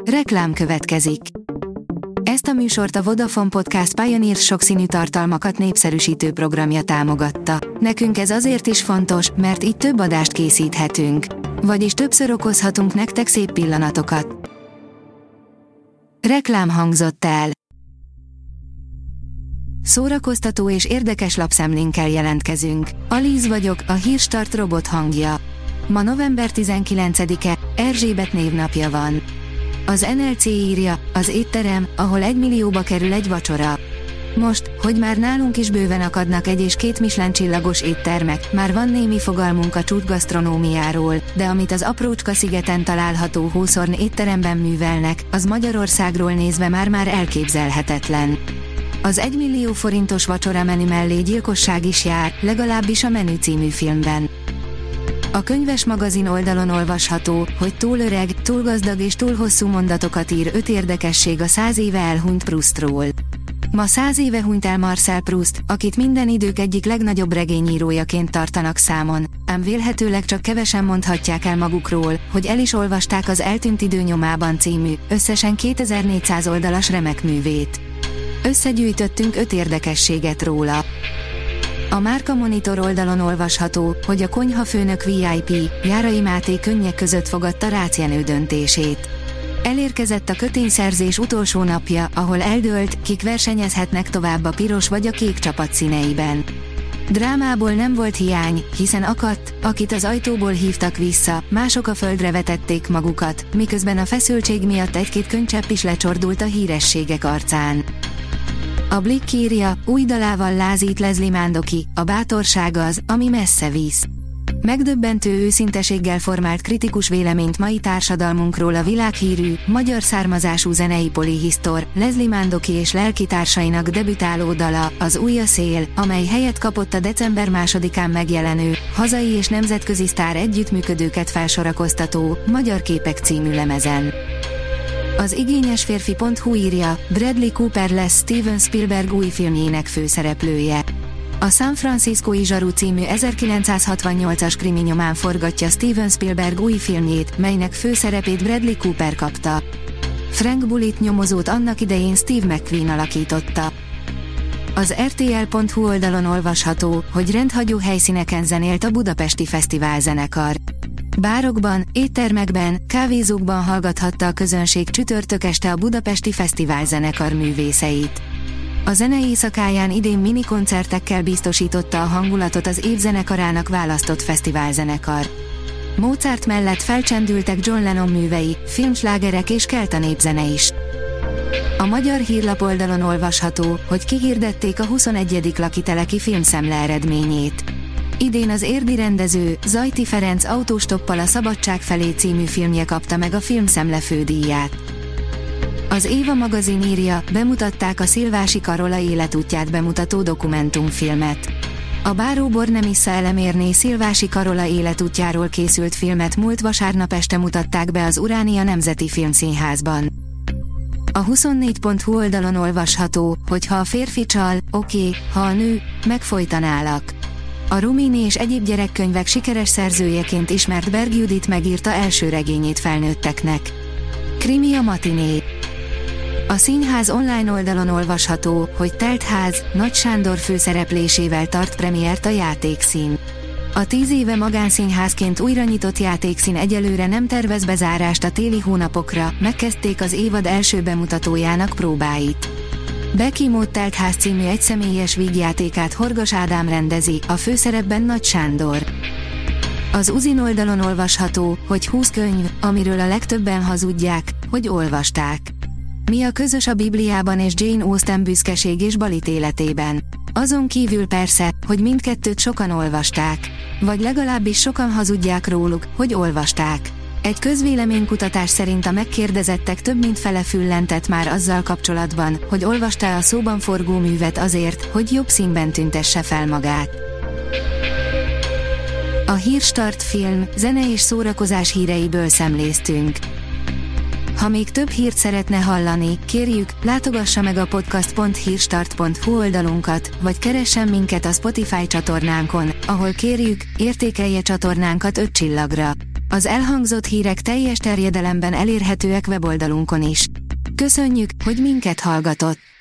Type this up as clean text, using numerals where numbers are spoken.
Reklám következik. Ezt a műsort a Vodafone Podcast Pioneer sokszínű tartalmakat népszerűsítő programja támogatta. Nekünk ez azért is fontos, mert így több adást készíthetünk. Vagyis többször okozhatunk nektek szép pillanatokat. Reklám hangzott el. Szórakoztató és érdekes lapszemlénkkel jelentkezünk. Alíz vagyok, a Hírstart robot hangja. Ma november 19-e, Erzsébet névnapja van. Az NLC írja, az étterem, ahol 1 millióba kerül egy vacsora. Most, hogy már nálunk is bőven akadnak 1 és 2 Michelin csillagos éttermek, már van némi fogalmunk a csúcsgasztronómiáról, de amit az aprócska szigeten található Hószorn étteremben művelnek, az Magyarországról nézve már elképzelhetetlen. Az 1 millió forintos vacsora menü mellé gyilkosság is jár, legalábbis a Menü című filmben. A Könyves magazin oldalon olvasható, hogy túl öreg, túl gazdag és túl hosszú mondatokat ír 5 érdekesség a 100 éve elhunyt Proustról. Ma 100 éve hunyt el Marcel Proust, akit minden idők egyik legnagyobb regényírójaként tartanak számon, ám vélhetőleg csak kevesen mondhatják el magukról, hogy el is olvasták az Eltűnt idő nyomában című, összesen 2400 oldalas remek művét. Összegyűjtöttünk 5 érdekességet róla. A Márka Monitor oldalon olvasható, hogy a konyhafőnök VIP, Járai Máté könnyek között fogadta Rácz Jenő döntését. Elérkezett a kötényszerzés utolsó napja, ahol eldőlt, kik versenyezhetnek tovább a piros vagy a kék csapat színeiben. Drámából nem volt hiány, hiszen akadt, akit az ajtóból hívtak vissza, mások a földre vetették magukat, miközben a feszültség miatt 1-2 könycsepp is lecsordult a hírességek arcán. A Blick írja, új dalával lázít Leslie Mandoki, a bátorság az, ami messze visz. Megdöbbentő őszinteséggel formált kritikus véleményt mai társadalmunkról a világhírű, magyar származású zenei polihisztor, Leslie Mandoki és lelkitársainak debütáló dala, az Új a szél, amely helyet kapott a december 2-án megjelenő, hazai és nemzetközi sztár együttműködőket felsorakoztató, Magyar képek című lemezen. Az igényesférfi.hu írja, Bradley Cooper lesz Steven Spielberg új filmjének főszereplője. A San Franciscói zsaru című 1968-as krimi nyomán forgatja Steven Spielberg új filmjét, melynek főszerepét Bradley Cooper kapta. Frank Bullitt nyomozót annak idején Steve McQueen alakította. Az RTL.hu oldalon olvasható, hogy rendhagyó helyszíneken zenélt a budapesti fesztiválzenekar. Bárokban, éttermekben, kávézókban hallgathatta a közönség csütörtök este a budapesti fesztiválzenekar művészeit. A zene éjszakáján idén minikoncertekkel biztosította a hangulatot az év zenekarának választott fesztiválzenekar. Mozart mellett felcsendültek John Lennon művei, filmslágerek és kelta népzene is. A Magyar Hírlap oldalon olvasható, hogy kihirdették a 21. Lakiteleki filmszemle eredményét. Idén az érdi rendező, Zajti Ferenc Autóstoppal a Szabadság felé című filmje kapta meg a filmszemle fődíját. Az Éva magazin írja, bemutatták a Szilvási Karola életútját bemutató dokumentumfilmet. A Báró Bornemissza elemérné Szilvási Karola életútjáról készült filmet múlt vasárnap este mutatták be az Uránia Nemzeti Filmszínházban. A 24.hu oldalon olvasható, hogy ha a férfi csal, oké, ha a nő, megfojtanálak. A Rumini és egyéb gyerekkönyvek sikeres szerzőjeként ismert Berg Judit megírta első regényét felnőtteknek. Krimi a matiné. A színház online oldalon olvasható, hogy Telt ház, Nagy Sándor főszereplésével tart premiért a Játékszín. A 10 éve magánszínházként újra nyitott Játékszín egyelőre nem tervez bezárást a téli hónapokra, megkezdték az évad első bemutatójának próbáit. Becky Mód Telt ház című egyszemélyes vígjátékát Horgas Ádám rendezi, a főszerepben Nagy Sándor. Az Uzin oldalon olvasható, hogy 20 könyv, amiről a legtöbben hazudják, hogy olvasták. Mi a közös a Bibliában és Jane Austen büszkeség és Balit életében? Azon kívül persze, hogy mindkettőt sokan olvasták. Vagy legalábbis sokan hazudják róluk, hogy olvasták. Egy közvéleménykutatás szerint a megkérdezettek több mint fele füllentett már azzal kapcsolatban, hogy olvasta a szóban forgó művet azért, hogy jobb színben tüntesse fel magát. A Hírstart film, zene és szórakozás híreiből szemléztünk. Ha még több hírt szeretne hallani, kérjük, látogassa meg a podcast.hírstart.hu oldalunkat, vagy keressen minket a Spotify csatornánkon, ahol kérjük, értékelje csatornánkat 5 csillagra. Az elhangzott hírek teljes terjedelemben elérhetőek weboldalunkon is. Köszönjük, hogy minket hallgatott!